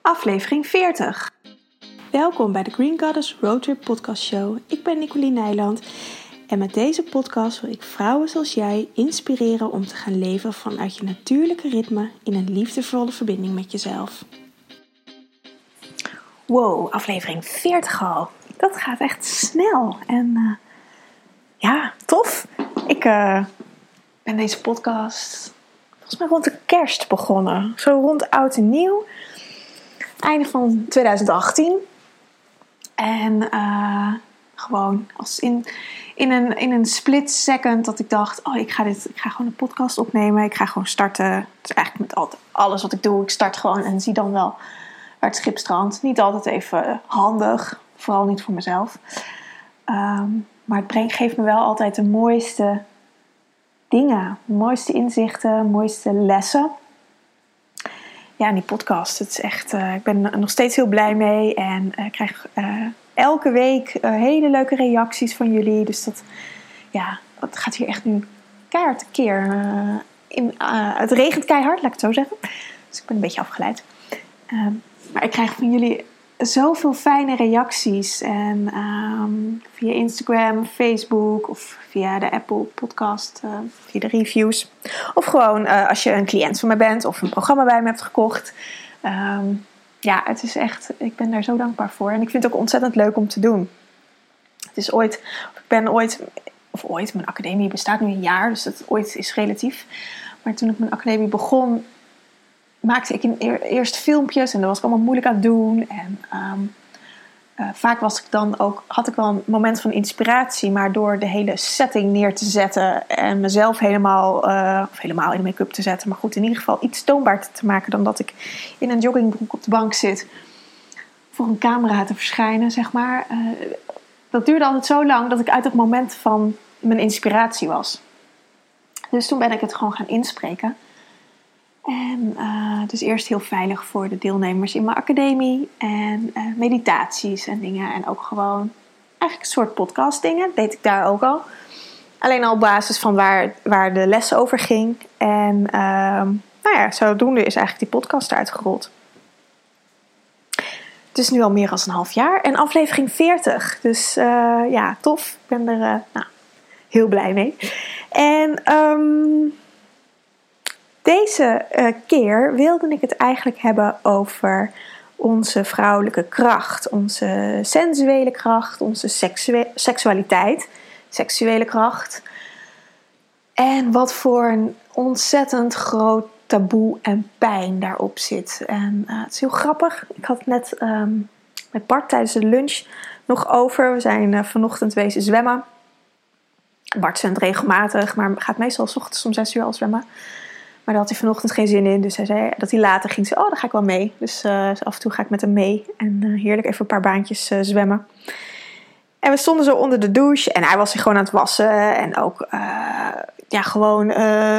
aflevering 40. Welkom bij de Green Goddess Roadtrip podcast show. Ik ben Nicoline Nijland en met deze podcast wil ik vrouwen zoals jij inspireren om te gaan leven vanuit je natuurlijke ritme in een liefdevolle verbinding met jezelf. Wow, aflevering 40 al. Dat gaat echt snel en tof. Ik ben deze podcast volgens mij rond de kerst begonnen. Zo rond oud en nieuw. Einde van 2018. En gewoon als in een split second dat ik dacht, ik ga gewoon een podcast opnemen. Ik ga gewoon starten. Het is eigenlijk met alles wat ik doe. Ik start gewoon en zie dan wel waar het schip strandt. Niet altijd even handig. Vooral niet voor mezelf. Maar het geeft me wel altijd de mooiste dingen. De mooiste inzichten. De mooiste lessen. Ja, en die podcast, het is echt, ik ben er nog steeds heel blij mee. En ik krijg elke week hele leuke reacties van jullie. Dus dat gaat hier echt nu keihard tekeer. Het regent keihard, laat ik het zo zeggen. Dus ik ben een beetje afgeleid. Maar ik krijg van jullie zoveel fijne reacties. En via Instagram, Facebook of via de Apple podcast, via de reviews. Of gewoon als je een cliënt van mij bent of een programma bij me hebt gekocht. Het is echt, ik ben daar zo dankbaar voor. En ik vind het ook ontzettend leuk om te doen. Het is mijn academie bestaat nu een jaar, dus dat ooit is relatief. Maar toen ik mijn academie begon, maakte ik eerst filmpjes en dat was ik allemaal moeilijk aan het doen. En vaak had ik wel een moment van inspiratie, maar door de hele setting neer te zetten en mezelf helemaal in de make-up te zetten, maar goed, in ieder geval iets toonbaar te maken dan dat ik in een joggingbroek op de bank zit voor een camera te verschijnen, zeg maar. Dat duurde altijd zo lang dat ik uit het moment van mijn inspiratie was. Dus toen ben ik het gewoon gaan inspreken. En dus eerst heel veilig voor de deelnemers in mijn academie. En meditaties en dingen. En ook gewoon eigenlijk een soort podcast dingen. Deed ik daar ook al. Alleen al op basis van waar de les over ging. En zodoende is eigenlijk die podcast eruit gerold. Het is nu al meer dan een half jaar. En aflevering 40. Dus tof. Ik ben er heel blij mee. En deze keer wilde ik het eigenlijk hebben over onze vrouwelijke kracht. Onze sensuele kracht, onze seksualiteit. Seksuele kracht. En wat voor een ontzettend groot taboe en pijn daarop zit. En het is heel grappig. Ik had het net met Bart tijdens de lunch nog over. We zijn vanochtend wezen zwemmen. Bart zwemt regelmatig, maar gaat meestal 's ochtends om 6 uur al zwemmen. Maar daar had hij vanochtend geen zin in. Dus hij zei dat hij later ging. Dan ga ik wel mee. Dus af en toe ga ik met hem mee. En heerlijk even een paar baantjes zwemmen. En we stonden zo onder de douche. En hij was zich gewoon aan het wassen. En ook gewoon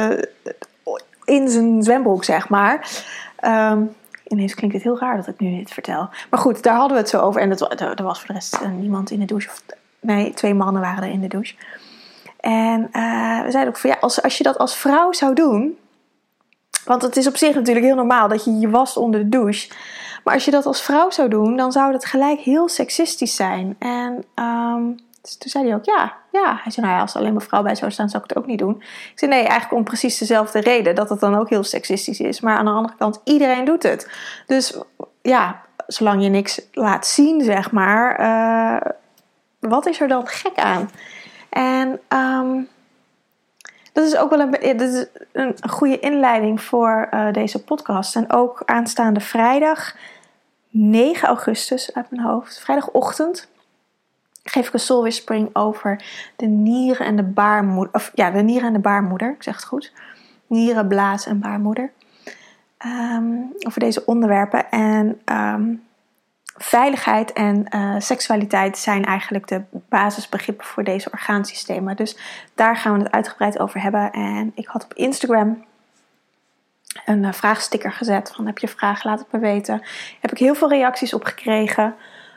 in zijn zwembroek, zeg maar. Ineens klinkt het heel raar dat ik nu dit vertel. Maar goed, daar hadden we het zo over. En er was voor de rest niemand in de douche. Nee, 2 mannen waren er in de douche. En we zeiden ook van als je dat als vrouw zou doen. Want het is op zich natuurlijk heel normaal dat je je wast onder de douche. Maar als je dat als vrouw zou doen, dan zou dat gelijk heel seksistisch zijn. En dus toen zei hij ook ja. Hij zei als er alleen maar vrouw bij zou staan, zou ik het ook niet doen. Ik zei nee, eigenlijk om precies dezelfde reden. Dat het dan ook heel seksistisch is. Maar aan de andere kant, iedereen doet het. Dus zolang je niks laat zien, zeg maar. Wat is er dan gek aan? En dat is ook wel een goede inleiding voor deze podcast. En ook aanstaande vrijdag, 9 augustus uit mijn hoofd, vrijdagochtend, geef ik een soul whispering over de nieren en de baarmoeder. De nieren en de baarmoeder, ik zeg het goed. Nieren, blaas en baarmoeder. Over deze onderwerpen. En veiligheid en seksualiteit zijn eigenlijk de basisbegrippen voor deze orgaansystemen. Dus daar gaan we het uitgebreid over hebben. En ik had op Instagram een vraagsticker gezet van heb je vragen, laat het me weten. Heb ik heel veel reacties op gekregen.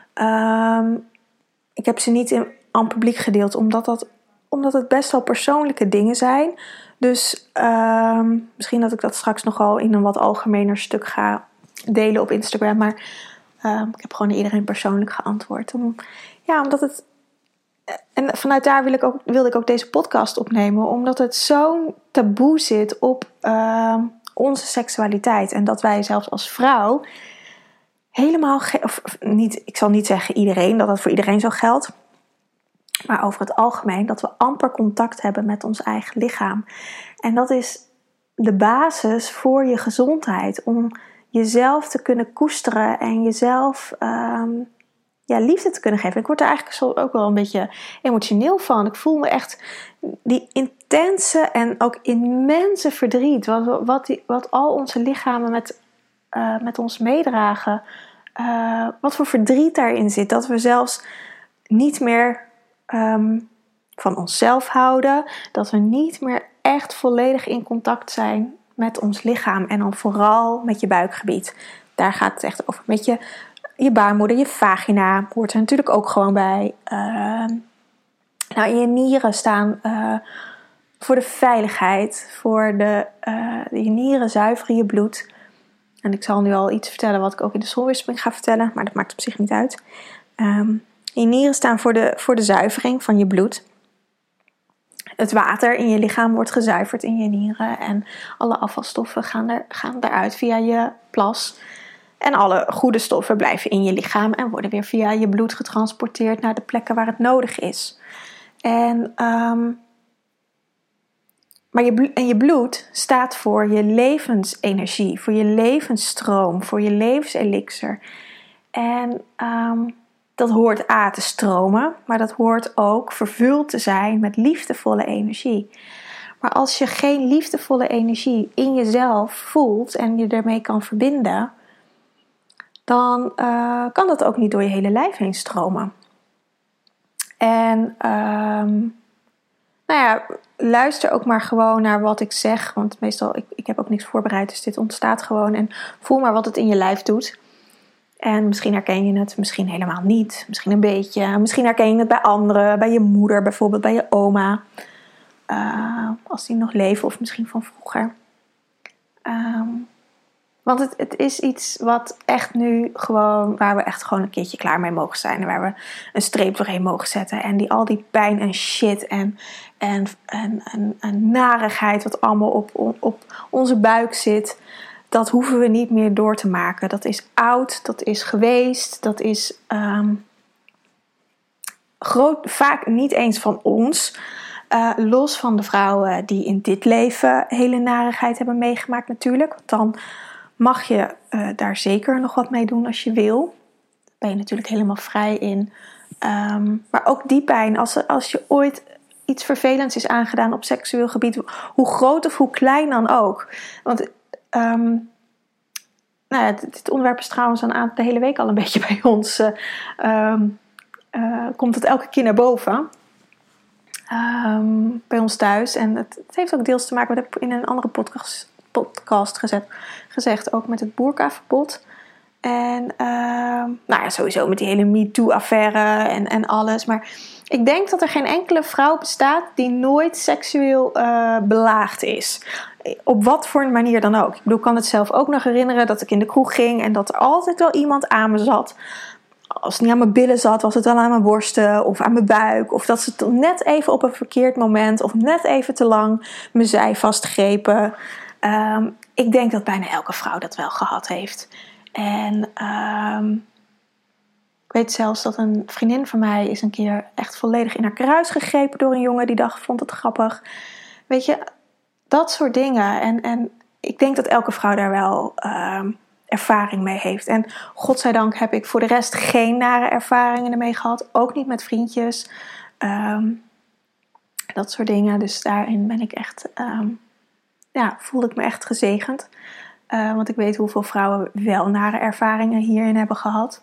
Ik heb ze niet aan publiek gedeeld, omdat het best wel persoonlijke dingen zijn. Dus misschien dat ik dat straks nogal in een wat algemener stuk ga delen op Instagram. Maar ik heb gewoon iedereen persoonlijk geantwoord. Omdat het... En vanuit daar wilde ik ook deze podcast opnemen. Omdat het zo'n taboe zit op onze seksualiteit. En dat wij zelfs als vrouw helemaal... ik zal niet zeggen iedereen, dat voor iedereen zo geldt. Maar over het algemeen dat we amper contact hebben met ons eigen lichaam. En dat is de basis voor je gezondheid. Om jezelf te kunnen koesteren en jezelf liefde te kunnen geven. Ik word er eigenlijk ook wel een beetje emotioneel van. Ik voel me echt die intense en ook immense verdriet. Wat al onze lichamen met ons meedragen. Wat voor verdriet daarin zit. Dat we zelfs niet meer van onszelf houden. Dat we niet meer echt volledig in contact zijn met ons lichaam. En dan vooral met je buikgebied. Daar gaat het echt over. Met je baarmoeder, je vagina hoort er natuurlijk ook gewoon bij. Je nieren staan voor de veiligheid. Je nieren zuiveren je bloed. En ik zal nu al iets vertellen wat ik ook in de zonweerspring ga vertellen. Maar dat maakt op zich niet uit. Je nieren staan voor de zuivering van je bloed. Het water in je lichaam wordt gezuiverd in je nieren. En alle afvalstoffen gaan eruit via je plas. En alle goede stoffen blijven in je lichaam en worden weer via je bloed getransporteerd naar de plekken waar het nodig is. Maar je bloed staat voor je levensenergie, voor je levensstroom, voor je levenselixer. En dat hoort te stromen, maar dat hoort ook vervuld te zijn met liefdevolle energie. Maar als je geen liefdevolle energie in jezelf voelt en je ermee kan verbinden, dan kan dat ook niet door je hele lijf heen stromen. En luister ook maar gewoon naar wat ik zeg. Want meestal, ik heb ook niks voorbereid, dus dit ontstaat gewoon. En voel maar wat het in je lijf doet. En misschien herken je het, misschien helemaal niet. Misschien een beetje. Misschien herken je het bij anderen, bij je moeder bijvoorbeeld, bij je oma. Als die nog leven of misschien van vroeger. Want het is iets wat echt nu gewoon, waar we echt gewoon een keertje klaar mee mogen zijn. En waar we een streep doorheen mogen zetten. En al die pijn en shit en narigheid wat allemaal op onze buik zit. Dat hoeven we niet meer door te maken. Dat is oud, dat is geweest, dat is vaak niet eens van ons. Los van de vrouwen die in dit leven hele narigheid hebben meegemaakt natuurlijk. Want dan mag je daar zeker nog wat mee doen als je wil. Daar ben je natuurlijk helemaal vrij in. Maar ook die pijn, als je ooit iets vervelends is aangedaan op seksueel gebied, hoe groot of hoe klein dan ook. Want dit onderwerp is trouwens de hele week al een beetje bij ons. Komt het elke keer naar boven. Bij ons thuis. En het heeft ook deels te maken, dat heb ik in een andere podcast gezegd, ook met het boerkaverbod. En sowieso met die hele MeToo-affaire en alles. Maar ik denk dat er geen enkele vrouw bestaat die nooit seksueel belaagd is. Op wat voor een manier dan ook. Ik kan het zelf ook nog herinneren dat ik in de kroeg ging en dat er altijd wel iemand aan me zat. Als het niet aan mijn billen zat, was het dan aan mijn borsten of aan mijn buik. Of dat ze het net even op een verkeerd moment of net even te lang mijn zij vastgrepen. Ik denk dat bijna elke vrouw dat wel gehad heeft. En ik weet zelfs dat een vriendin van mij is een keer echt volledig in haar kruis gegrepen door een jongen die vond het grappig. Weet je, dat soort dingen. En ik denk dat elke vrouw daar wel ervaring mee heeft. En godzijdank heb ik voor de rest geen nare ervaringen ermee gehad. Ook niet met vriendjes. Dat soort dingen. Dus daarin ben ik echt, voelde ik me echt gezegend. Want ik weet hoeveel vrouwen wel nare ervaringen hierin hebben gehad.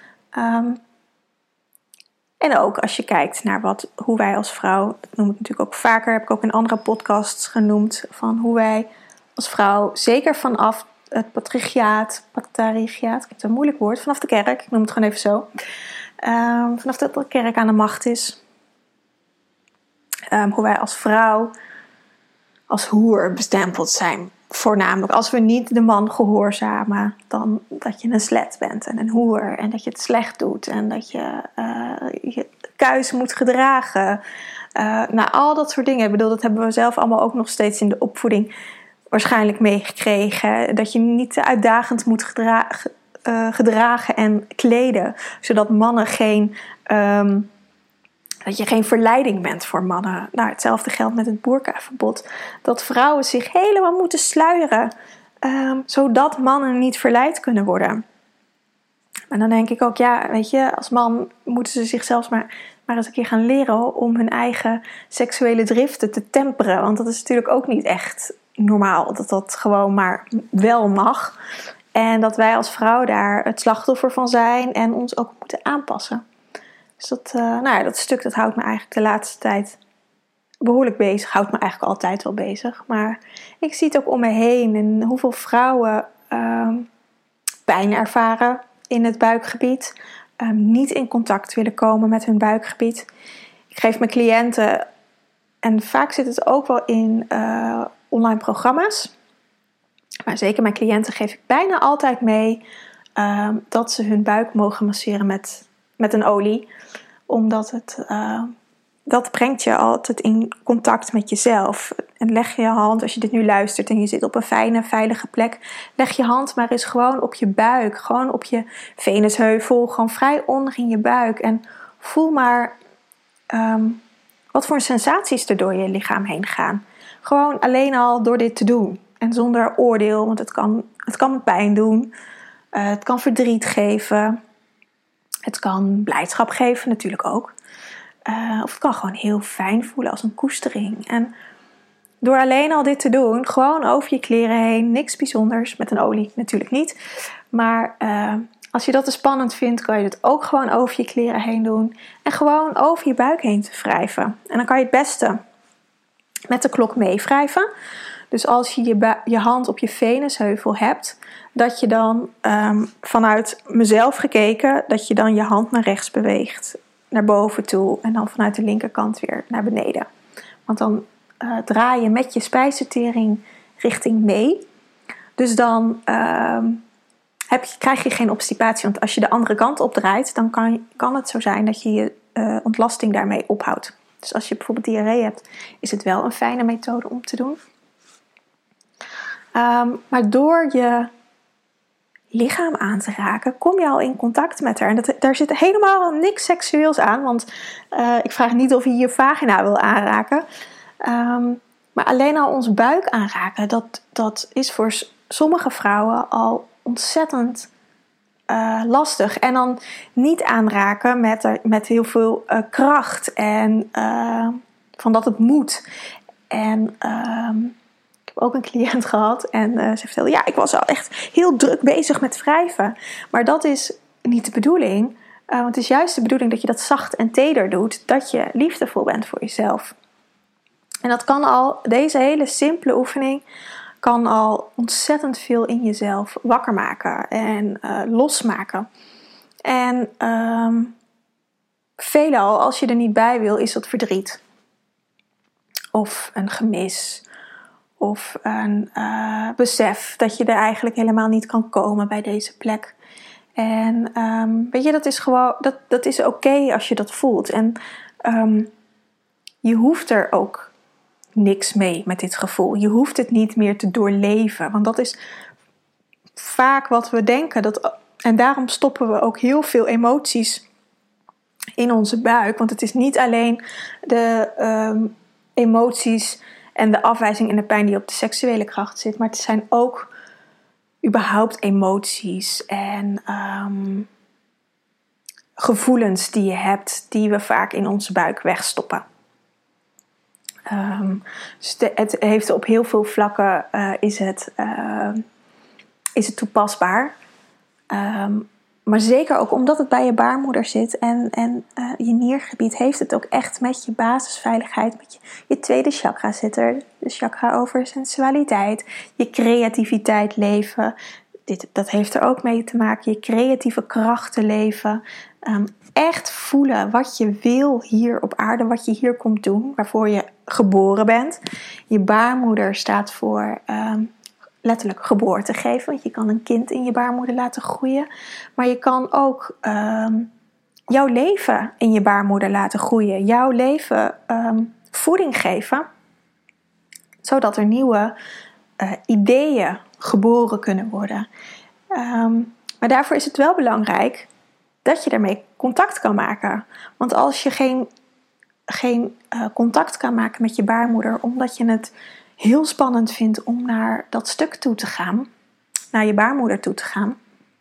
En ook als je kijkt naar hoe wij als vrouw, dat noem ik natuurlijk ook vaker, heb ik ook in andere podcasts genoemd, van hoe wij als vrouw, zeker vanaf het patriarchaat, ik heb het een moeilijk woord, vanaf de kerk, ik noem het gewoon even zo, vanaf dat de kerk aan de macht is, hoe wij als vrouw als hoer bestempeld zijn. Voornamelijk als we niet de man gehoorzamen, dan dat je een slet bent en een hoer. En dat je het slecht doet en dat je je kuis moet gedragen. Al dat soort dingen. Ik bedoel, dat hebben we zelf allemaal ook nog steeds in de opvoeding waarschijnlijk meegekregen. Dat je niet te uitdagend moet gedragen en kleden. Zodat mannen dat je geen verleiding bent voor mannen. Nou, hetzelfde geldt met het boerkaverbod. Dat vrouwen zich helemaal moeten sluieren. Zodat mannen niet verleid kunnen worden. Maar dan denk ik ook, ja, weet je, als man moeten ze zichzelf maar eens een keer gaan leren om hun eigen seksuele driften te temperen. Want dat is natuurlijk ook niet echt normaal. Dat gewoon maar wel mag. En dat wij als vrouw daar het slachtoffer van zijn en ons ook moeten aanpassen. Dus dat stuk dat houdt me eigenlijk de laatste tijd behoorlijk bezig. Houdt me eigenlijk altijd wel bezig. Maar ik zie het ook om me heen. En hoeveel vrouwen pijn ervaren in het buikgebied. Niet in contact willen komen met hun buikgebied. Ik geef mijn cliënten, en vaak zit het ook wel in online programma's. Maar zeker mijn cliënten geef ik bijna altijd mee dat ze hun buik mogen masseren met een olie. Omdat dat brengt je altijd in contact met jezelf. En leg je hand, als je dit nu luistert en je zit op een fijne, veilige plek, leg je hand maar eens gewoon op je buik. Gewoon op je venusheuvel, gewoon vrij onder in je buik. En voel maar wat voor sensaties er door je lichaam heen gaan. Gewoon alleen al door dit te doen. En zonder oordeel, want het kan pijn doen. Het kan verdriet geven. Het kan blijdschap geven, natuurlijk ook. Of het kan gewoon heel fijn voelen als een koestering. En door alleen al dit te doen, gewoon over je kleren heen, niks bijzonders, met een olie natuurlijk niet. Maar als je dat te spannend vindt, kan je het ook gewoon over je kleren heen doen. En gewoon over je buik heen te wrijven. En dan kan je het beste met de klok mee wrijven. Dus als je je hand op je venusheuvel hebt, dat je dan vanuit mezelf gekeken, dat je dan je hand naar rechts beweegt. Naar boven toe en dan vanuit de linkerkant weer naar beneden. Want dan draai je met je spijsvertering richting mee. Dus dan krijg je geen obstipatie. Want als je de andere kant opdraait, dan kan het zo zijn dat je je ontlasting daarmee ophoudt. Dus als je bijvoorbeeld diarree hebt, is het wel een fijne methode om te doen. Maar door je lichaam aan te raken, kom je al in contact met haar. En daar zit helemaal niks seksueels aan, want ik vraag niet of je je vagina wil aanraken. Maar alleen al ons buik aanraken, dat is voor sommige vrouwen al ontzettend lastig. En dan niet aanraken met heel veel kracht en van dat het moet. En ik heb ook een cliënt gehad en ze vertelde, ja, ik was al echt heel druk bezig met wrijven. Maar dat is niet de bedoeling. Want het is juist de bedoeling dat je dat zacht en teder doet, dat je liefdevol bent voor jezelf. En dat kan al, deze hele simpele oefening kan al ontzettend veel in jezelf wakker maken en losmaken. En veelal, als je er niet bij wil, is dat verdriet. Of een gemis. Of een besef dat je er eigenlijk helemaal niet kan komen bij deze plek. En weet je, dat is gewoon, dat is oké als je dat voelt. En je hoeft er ook niks mee met dit gevoel. Je hoeft het niet meer te doorleven. Want dat is vaak wat we denken. En daarom stoppen we ook heel veel emoties in onze buik. Want het is niet alleen de emoties en de afwijzing en de pijn die op de seksuele kracht zit. Maar het zijn ook überhaupt emoties en gevoelens die je hebt, die we vaak in onze buik wegstoppen. Dus het heeft op heel veel vlakken is het toepasbaar. Maar zeker ook omdat het bij je baarmoeder zit en je niergebied, heeft het ook echt met je basisveiligheid, met je tweede chakra zit er, de chakra over sensualiteit, je creativiteit leven. Dat heeft er ook mee te maken, je creatieve krachten leven. Echt voelen wat je wil hier op aarde, wat je hier komt doen, waarvoor je geboren bent. Je baarmoeder staat voor letterlijk geboorte geven, want je kan een kind in je baarmoeder laten groeien. Maar je kan ook jouw leven in je baarmoeder laten groeien. Jouw leven voeding geven, zodat er nieuwe ideeën geboren kunnen worden. Maar daarvoor is het wel belangrijk dat je daarmee contact kan maken. Want als je geen contact kan maken met je baarmoeder, omdat je het heel spannend vindt om naar dat stuk toe te gaan, naar je baarmoeder toe te gaan,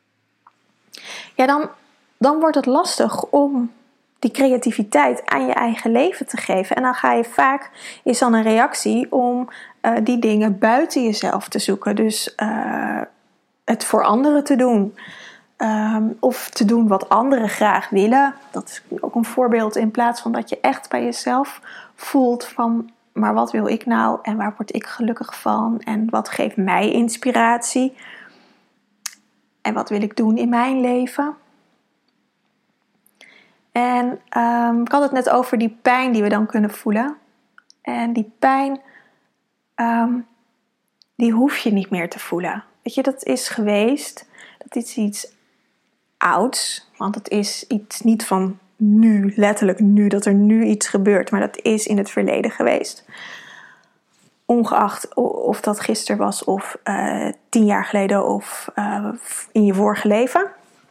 ja, dan wordt het lastig om die creativiteit aan je eigen leven te geven. En dan ga je vaak, is dan een reactie om die dingen buiten jezelf te zoeken. Dus het voor anderen te doen. Of te doen wat anderen graag willen. Dat is ook een voorbeeld, in plaats van dat je echt bij jezelf voelt van, maar wat wil ik nou en waar word ik gelukkig van en wat geeft mij inspiratie en wat wil ik doen in mijn leven. En ik had het net over die pijn die we dan kunnen voelen. En die pijn, die hoef je niet meer te voelen. Weet je, dat is geweest. Dat is iets ouds. Want het is iets niet van nu, letterlijk nu, dat er nu iets gebeurt. Maar dat is in het verleden geweest. Ongeacht of dat gisteren was of 10 jaar geleden of in je vorige leven.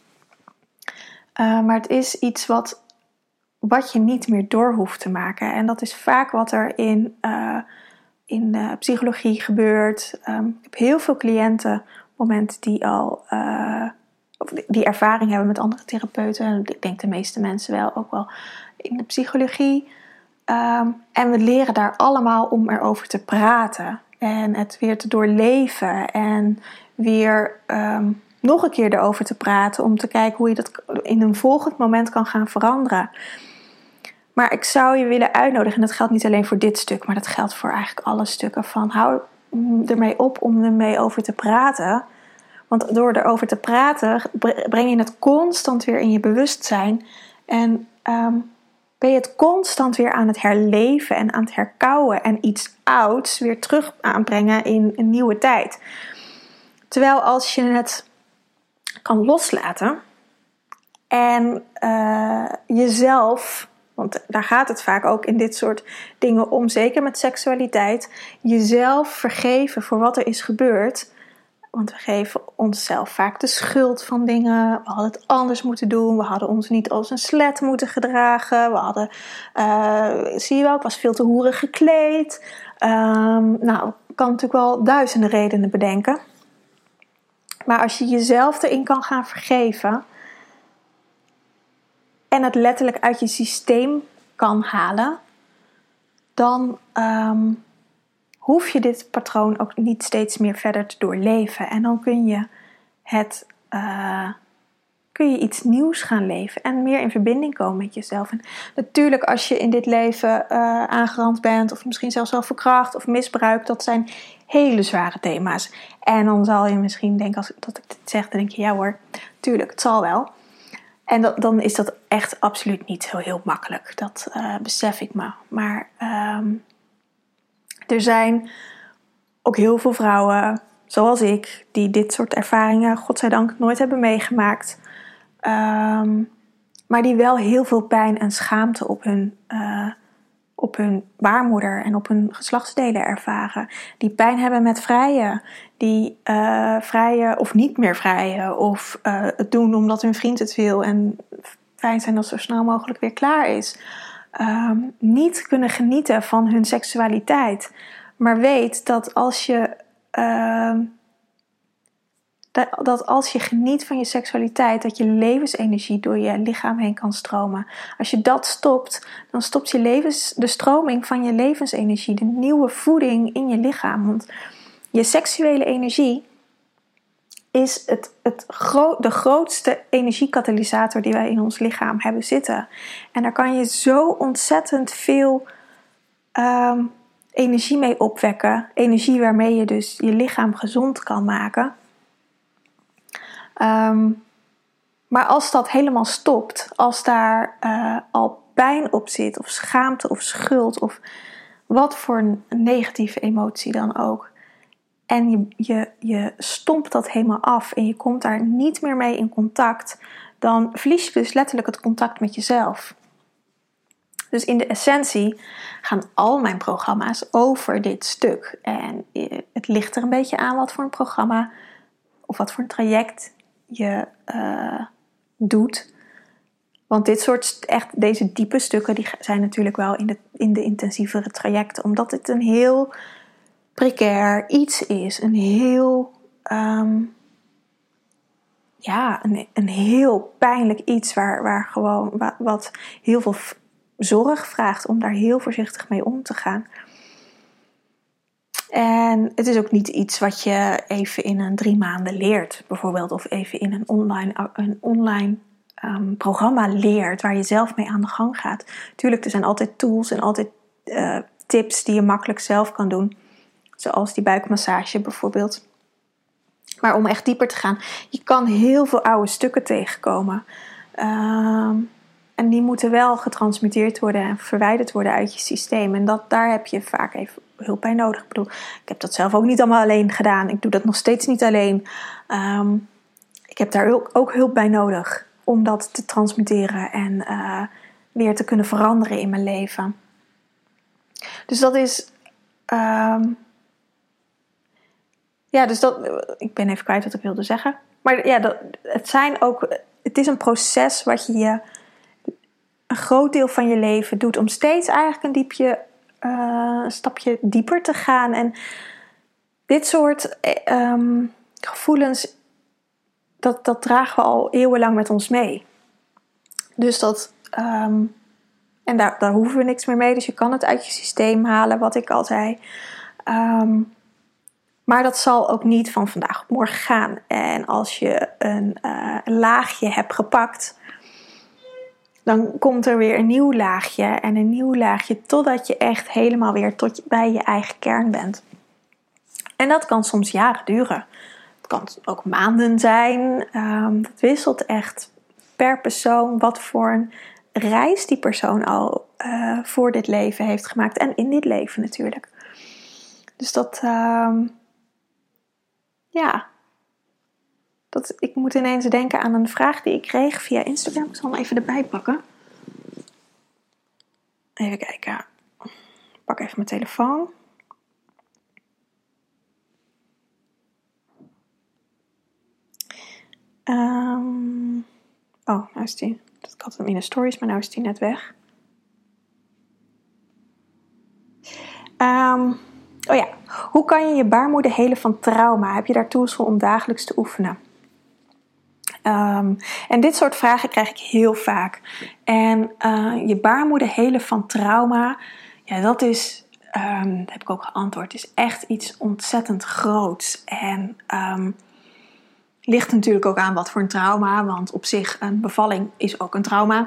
Maar het is iets wat je niet meer door hoeft te maken. En dat is vaak wat er in psychologie gebeurt. Ik heb heel veel cliënten op het moment die al die ervaring hebben met andere therapeuten. En ik denk de meeste mensen wel, ook wel in de psychologie. En we leren daar allemaal om erover te praten. En het weer te doorleven. En weer nog een keer erover te praten. Om te kijken hoe je dat in een volgend moment kan gaan veranderen. Maar ik zou je willen uitnodigen. En dat geldt niet alleen voor dit stuk. Maar dat geldt voor eigenlijk alle stukken. Van hou ermee op om ermee over te praten. Want door erover te praten breng je het constant weer in je bewustzijn. En ben je het constant weer aan het herleven en aan het herkauwen. En iets ouds weer terug aanbrengen in een nieuwe tijd. Terwijl als je het kan loslaten. En jezelf, want daar gaat het vaak ook in dit soort dingen om. Zeker met seksualiteit. Jezelf vergeven voor wat er is gebeurd. Want we geven onszelf vaak de schuld van dingen. We hadden het anders moeten doen. We hadden ons niet als een slet moeten gedragen. We hadden, zie je wel, ik was veel te hoerig gekleed. Nou, ik kan natuurlijk wel duizenden redenen bedenken. Maar als je jezelf erin kan gaan vergeven. En het letterlijk uit je systeem kan halen. Dan hoef je dit patroon ook niet steeds meer verder te doorleven. En dan kun je iets nieuws gaan leven. En meer in verbinding komen met jezelf. En natuurlijk als je in dit leven aangerand bent. Of misschien zelfs wel verkracht of misbruikt. Dat zijn hele zware thema's. En dan zal je misschien denken, als dat ik dit zeg, dan denk je, ja hoor, tuurlijk, het zal wel. En dan is dat echt absoluut niet zo heel makkelijk. Dat besef ik me. Maar er zijn ook heel veel vrouwen, zoals ik, die dit soort ervaringen, godzijdank, nooit hebben meegemaakt. Maar die wel heel veel pijn en schaamte op hun baarmoeder en op hun geslachtsdelen ervaren. Die pijn hebben met vrijen. Die vrijen of niet meer vrijen. Of het doen omdat hun vriend het wil. En fijn zijn als het zo snel mogelijk weer klaar is. Niet kunnen genieten van hun seksualiteit. Maar weet dat als je geniet van je seksualiteit, dat je levensenergie door je lichaam heen kan stromen. Als je dat stopt, dan stopt de stroming van je levensenergie, de nieuwe voeding in je lichaam. Want je seksuele energie is de grootste energiekatalysator die wij in ons lichaam hebben zitten. En daar kan je zo ontzettend veel energie mee opwekken. Energie waarmee je dus je lichaam gezond kan maken. Maar als dat helemaal stopt, als daar al pijn op zit, of schaamte of schuld, of wat voor een negatieve emotie dan ook, en je stompt dat helemaal af en je komt daar niet meer mee in contact, dan verlies je dus letterlijk het contact met jezelf. Dus in de essentie gaan al mijn programma's over dit stuk. En het ligt er een beetje aan wat voor een programma of wat voor een traject je doet. Want deze diepe stukken, die zijn natuurlijk wel in de intensievere trajecten. Omdat het een heel precair iets is. Een heel, een heel pijnlijk iets waar gewoon wat heel veel zorg vraagt om daar heel voorzichtig mee om te gaan. En het is ook niet iets wat je even in een 3 maanden leert, bijvoorbeeld. Of even in een online programma leert waar je zelf mee aan de gang gaat. Tuurlijk, er zijn altijd tools en altijd tips die je makkelijk zelf kan doen. Zoals die buikmassage bijvoorbeeld. Maar om echt dieper te gaan, je kan heel veel oude stukken tegenkomen. En die moeten wel getransmuteerd worden en verwijderd worden uit je systeem. En daar heb je vaak even hulp bij nodig. Ik bedoel, ik heb dat zelf ook niet allemaal alleen gedaan. Ik doe dat nog steeds niet alleen. Ik heb daar ook hulp bij nodig om dat te transmuteren en weer te kunnen veranderen in mijn leven. Dus dat is... ik ben even kwijt wat ik wilde zeggen. Maar ja, het is een proces wat je een groot deel van je leven doet om steeds eigenlijk een stapje dieper te gaan. En dit soort gevoelens, dat dragen we al eeuwenlang met ons mee. Dus en daar hoeven we niks meer mee. Dus je kan het uit je systeem halen, wat ik al zei. Maar dat zal ook niet van vandaag op morgen gaan. En als je een laagje hebt gepakt, dan komt er weer een nieuw laagje en een nieuw laagje, totdat je echt helemaal weer bij je eigen kern bent. En dat kan soms jaren duren. Het kan ook maanden zijn. Het wisselt echt per persoon wat voor een reis die persoon al voor dit leven heeft gemaakt. En in dit leven natuurlijk. Dus ik moet ineens denken aan een vraag die ik kreeg via Instagram. Ik zal hem even erbij pakken. Even kijken. Ik pak even mijn telefoon. Nou is die. Ik had hem in de stories, maar nou is die net weg. Hoe kan je je baarmoeder helen van trauma? Heb je daar tools voor om dagelijks te oefenen? En dit soort vragen krijg ik heel vaak. En je baarmoeder helen van trauma, ja, dat is, heb ik ook geantwoord, is echt iets ontzettend groots. En ligt natuurlijk ook aan wat voor een trauma, want op zich een bevalling is ook een trauma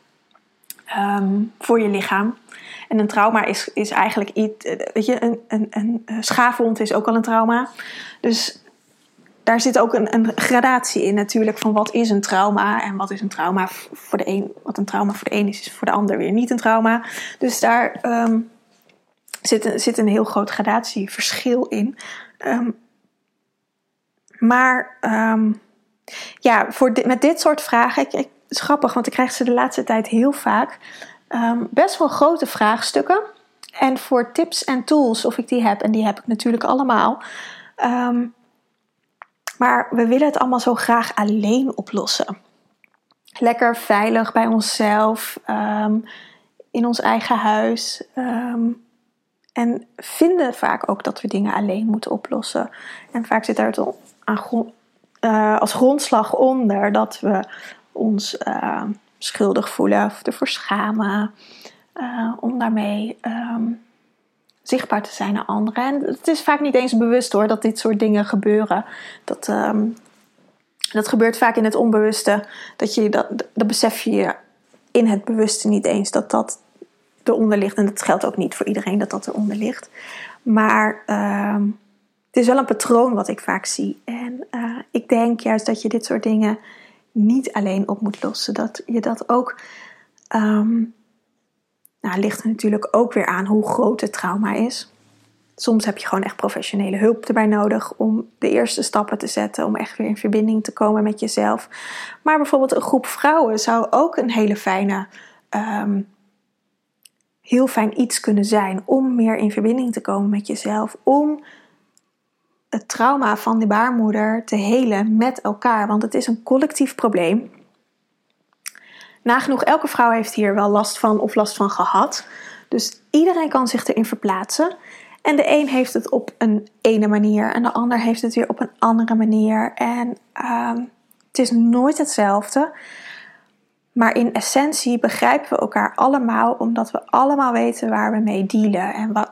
voor je lichaam. En een trauma is eigenlijk iets, weet je, een schaafwond is ook al een trauma. Dus daar zit ook een gradatie in natuurlijk van wat is een trauma en wat is een trauma voor de een. Wat een trauma voor de een is voor de ander weer niet een trauma. Dus daar zit een heel groot gradatieverschil in. Met dit soort vragen, het is grappig, want ik krijg ze de laatste tijd heel vaak. Best wel grote vraagstukken. En voor tips en tools, of ik die heb, en die heb ik natuurlijk allemaal. Maar we willen het allemaal zo graag alleen oplossen. Lekker veilig bij onszelf, in ons eigen huis. En vinden vaak ook dat we dingen alleen moeten oplossen. En vaak zit daar als grondslag onder dat we ons schuldig voelen of ervoor schamen. Om daarmee zichtbaar te zijn naar anderen. En het is vaak niet eens bewust hoor, dat dit soort dingen gebeuren. Dat gebeurt vaak in het onbewuste. Dat besef je in het bewuste niet eens dat eronder ligt. En dat geldt ook niet voor iedereen dat eronder ligt. Maar het is wel een patroon wat ik vaak zie. En ik denk juist dat je dit soort dingen niet alleen op moet lossen. Dat je dat ook... ligt er natuurlijk ook weer aan hoe groot het trauma is. Soms heb je gewoon echt professionele hulp erbij nodig om de eerste stappen te zetten, om echt weer in verbinding te komen met jezelf. Maar bijvoorbeeld een groep vrouwen zou ook een hele fijne, heel fijn iets kunnen zijn om meer in verbinding te komen met jezelf. Om het trauma van de baarmoeder te helen met elkaar. Want het is een collectief probleem. Nagenoeg elke vrouw heeft hier wel last van of last van gehad. Dus iedereen kan zich erin verplaatsen. En de een heeft het op een ene manier en de ander heeft het weer op een andere manier. En het is nooit hetzelfde. Maar in essentie begrijpen we elkaar allemaal, omdat we allemaal weten waar we mee dealen en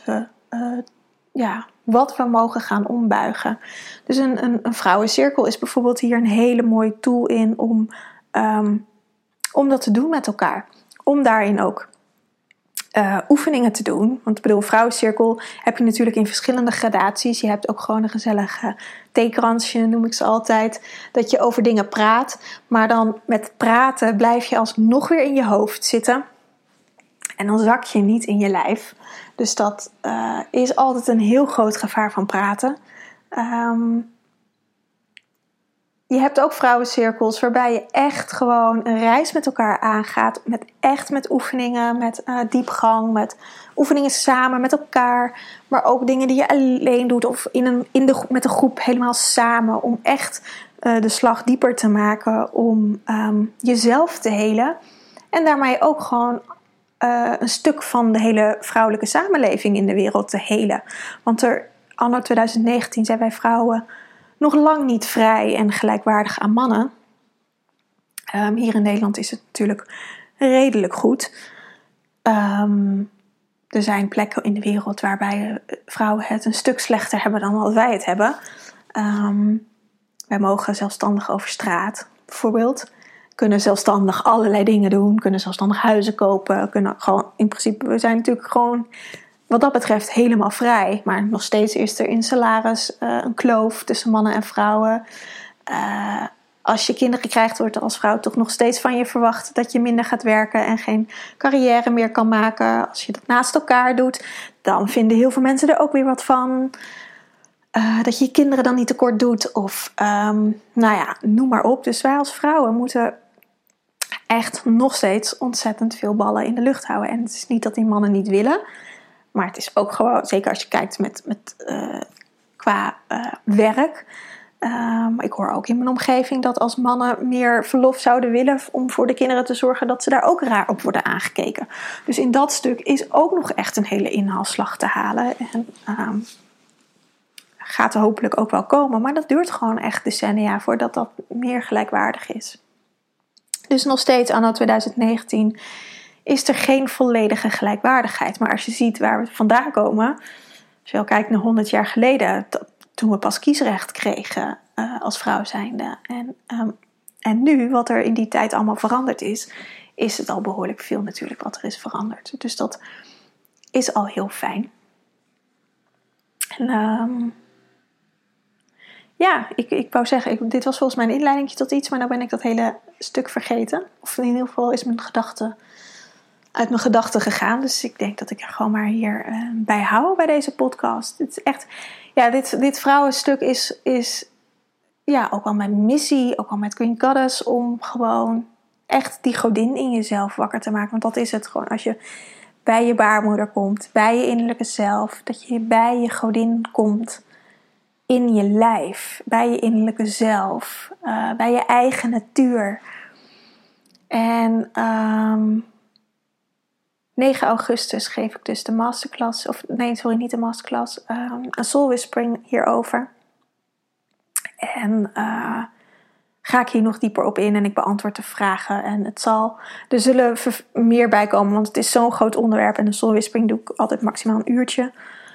wat we mogen gaan ombuigen. Dus een vrouwencirkel is bijvoorbeeld hier een hele mooie tool in om dat te doen met elkaar. Om daarin ook oefeningen te doen. Want ik bedoel, vrouwencirkel heb je natuurlijk in verschillende gradaties. Je hebt ook gewoon een gezellige theekransje, noem ik ze altijd. Dat je over dingen praat. Maar dan met praten blijf je alsnog weer in je hoofd zitten. En dan zak je niet in je lijf. Dus dat is altijd een heel groot gevaar van praten. Je hebt ook vrouwencirkels waarbij je echt gewoon een reis met elkaar aangaat. Met oefeningen, met diepgang, met oefeningen samen met elkaar. Maar ook dingen die je alleen doet of met een groep helemaal samen. Om echt de slag dieper te maken om jezelf te helen. En daarmee ook gewoon een stuk van de hele vrouwelijke samenleving in de wereld te helen. Want anno 2019 zijn wij vrouwen nog lang niet vrij en gelijkwaardig aan mannen. Hier in Nederland is het natuurlijk redelijk goed. Er zijn plekken in de wereld waarbij vrouwen het een stuk slechter hebben dan wat wij het hebben. Wij mogen zelfstandig over straat, bijvoorbeeld. Kunnen zelfstandig allerlei dingen doen. Kunnen zelfstandig huizen kopen. In principe, we zijn natuurlijk gewoon wat dat betreft helemaal vrij. Maar nog steeds is er in salaris een kloof tussen mannen en vrouwen. Als je kinderen krijgt, wordt er als vrouw toch nog steeds van je verwacht dat je minder gaat werken en geen carrière meer kan maken. Als je dat naast elkaar doet, dan vinden heel veel mensen er ook weer wat van. Dat je je kinderen dan niet tekort doet. Of noem maar op. Dus wij als vrouwen moeten echt nog steeds ontzettend veel ballen in de lucht houden. En het is niet dat die mannen niet willen. Maar het is ook gewoon, zeker als je kijkt qua werk. Ik hoor ook in mijn omgeving dat als mannen meer verlof zouden willen om voor de kinderen te zorgen, dat ze daar ook raar op worden aangekeken. Dus in dat stuk is ook nog echt een hele inhaalslag te halen. En gaat er hopelijk ook wel komen. Maar dat duurt gewoon echt decennia voordat dat meer gelijkwaardig is. Dus nog steeds anno 2019 is er geen volledige gelijkwaardigheid. Maar als je ziet waar we vandaan komen, als je al kijkt naar 100 jaar geleden, toen we pas kiesrecht kregen als vrouw zijnde. En nu, wat er in die tijd allemaal veranderd is het al behoorlijk veel natuurlijk wat er is veranderd. Dus dat is al heel fijn. En ik wou zeggen, dit was volgens mij een inleiding tot iets, maar nou ben ik dat hele stuk vergeten. Of in ieder geval is mijn gedachte uit mijn gedachten gegaan. Dus ik denk dat ik er gewoon maar hier bij hou bij deze podcast. Het is echt, dit vrouwenstuk is ook wel mijn missie, ook wel met Green Goddess, om gewoon echt die godin in jezelf wakker te maken. Want dat is het gewoon. Als je bij je baarmoeder komt, bij je innerlijke zelf, dat je bij je godin komt in je lijf, bij je innerlijke zelf, bij je eigen natuur. En 9 augustus geef ik dus de masterclass, niet de masterclass, een soul whispering hierover. En ga ik hier nog dieper op in en ik beantwoord de vragen. En er zullen meer bij komen, want het is zo'n groot onderwerp. En de soul whispering doe ik altijd maximaal een uurtje.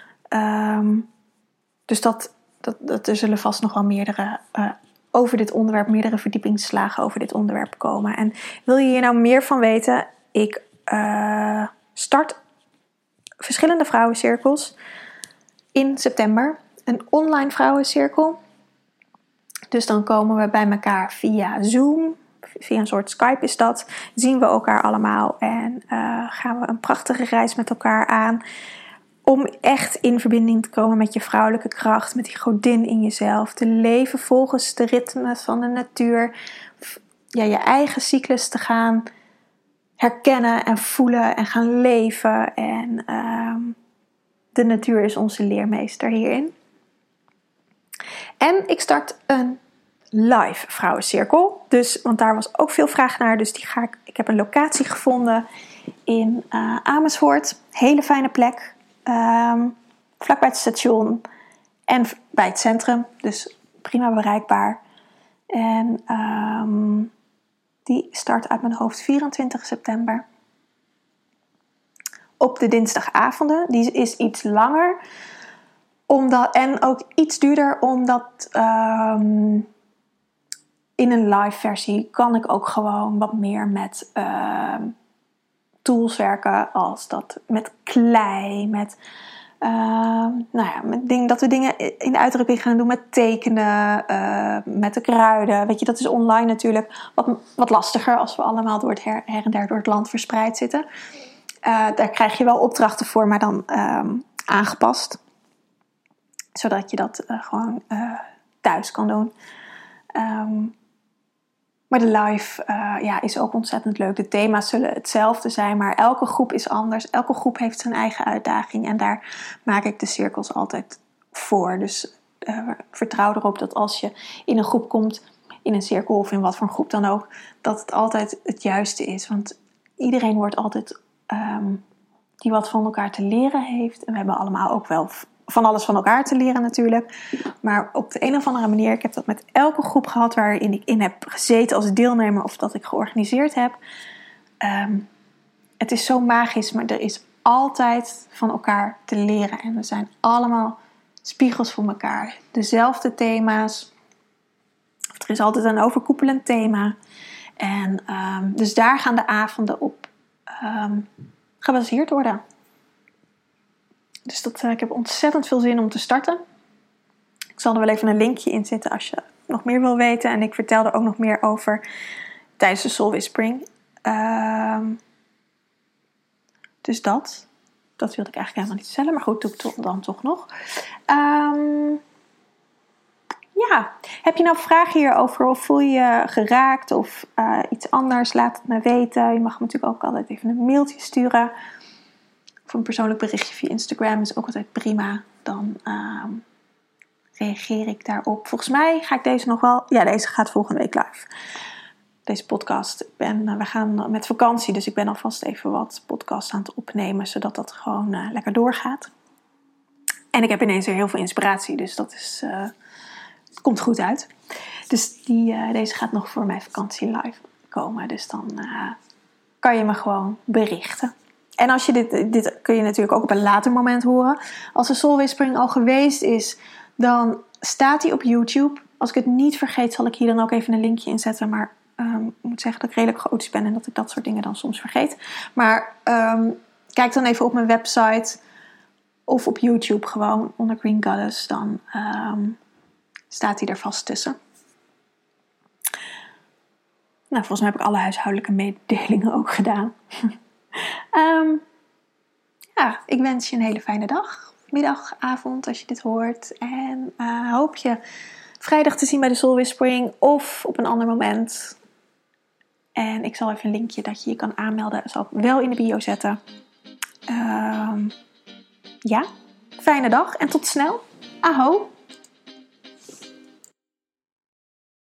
Dus er zullen vast nog wel meerdere verdiepingsslagen over dit onderwerp komen. En wil je hier nou meer van weten? Ik start verschillende vrouwencirkels in september. Een online vrouwencirkel. Dus dan komen we bij elkaar via Zoom. Via een soort Skype is dat. Zien we elkaar allemaal. En gaan we een prachtige reis met elkaar aan. Om echt in verbinding te komen met je vrouwelijke kracht. Met die godin in jezelf. Te leven volgens de ritmes van de natuur. Ja, je eigen cyclus te gaan herkennen en voelen en gaan leven. En de natuur is onze leermeester hierin. En ik start een live vrouwencirkel. Dus, want daar was ook veel vraag naar. Dus ik heb een locatie gevonden in Amersfoort. Hele fijne plek. Vlakbij het station. En bij het centrum. Dus prima bereikbaar. En die start uit mijn hoofd 24 september. Op de dinsdagavonden. Die is iets langer. En ook iets duurder. Omdat in een live versie kan ik ook gewoon wat meer met tools werken. Als dat met klei. Met dat we dingen in de uitdrukking gaan doen met tekenen, met de kruiden. Weet je, dat is online natuurlijk wat lastiger als we allemaal door het her en der door het land verspreid zitten. Daar krijg je wel opdrachten voor, maar dan aangepast. Zodat je dat gewoon thuis kan doen. Maar de live is ook ontzettend leuk. De thema's zullen hetzelfde zijn, maar elke groep is anders. Elke groep heeft zijn eigen uitdaging. En daar maak ik de cirkels altijd voor. Dus vertrouw erop dat als je in een groep komt, in een cirkel of in wat voor een groep dan ook, dat het altijd het juiste is. Want iedereen wordt altijd die wat van elkaar te leren heeft. En we hebben allemaal ook wel van alles van elkaar te leren natuurlijk. Maar op de een of andere manier, ik heb dat met elke groep gehad waarin ik in heb gezeten als deelnemer of dat ik georganiseerd heb. Het is zo magisch, maar er is altijd van elkaar te leren. En we zijn allemaal spiegels voor elkaar. Dezelfde thema's. Of er is altijd een overkoepelend thema. En dus daar gaan de avonden op gebaseerd worden. Dus ik heb ontzettend veel zin om te starten. Ik zal er wel even een linkje in zetten als je nog meer wil weten. En ik vertel er ook nog meer over tijdens de Soul Whispering. Dus dat wilde ik eigenlijk helemaal niet vertellen. Maar goed, doe ik dan toch nog. Heb je nou vragen hierover? Of voel je je geraakt? Of iets anders? Laat het me weten. Je mag me natuurlijk ook altijd even een mailtje sturen. Of een persoonlijk berichtje via Instagram is ook altijd prima. Dan reageer ik daarop. Volgens mij ga ik deze nog wel... Ja, deze gaat volgende week live. Deze podcast. We gaan met vakantie, dus ik ben alvast even wat podcasts aan het opnemen. Zodat dat gewoon lekker doorgaat. En ik heb ineens weer heel veel inspiratie. Dus dat is... het komt goed uit. Dus deze gaat nog voor mijn vakantie live komen. Dus dan kan je me gewoon berichten. En als je dit kun je natuurlijk ook op een later moment horen. Als de Soul Whispering al geweest is, dan staat hij op YouTube. Als ik het niet vergeet, zal ik hier dan ook even een linkje in zetten. Maar ik moet zeggen dat ik redelijk chaotisch ben en dat ik dat soort dingen dan soms vergeet. Maar kijk dan even op mijn website of op YouTube gewoon onder Green Goddess. Dan staat hij er vast tussen. Nou, volgens mij heb ik alle huishoudelijke mededelingen ook gedaan. Ik wens je een hele fijne dag, middag, avond als je dit hoort. En hoop je vrijdag te zien bij de Soul Whispering of op een ander moment. En ik zal even een linkje dat je je kan aanmelden. Dat zal ik wel in de bio zetten. Fijne dag en tot snel. Aho!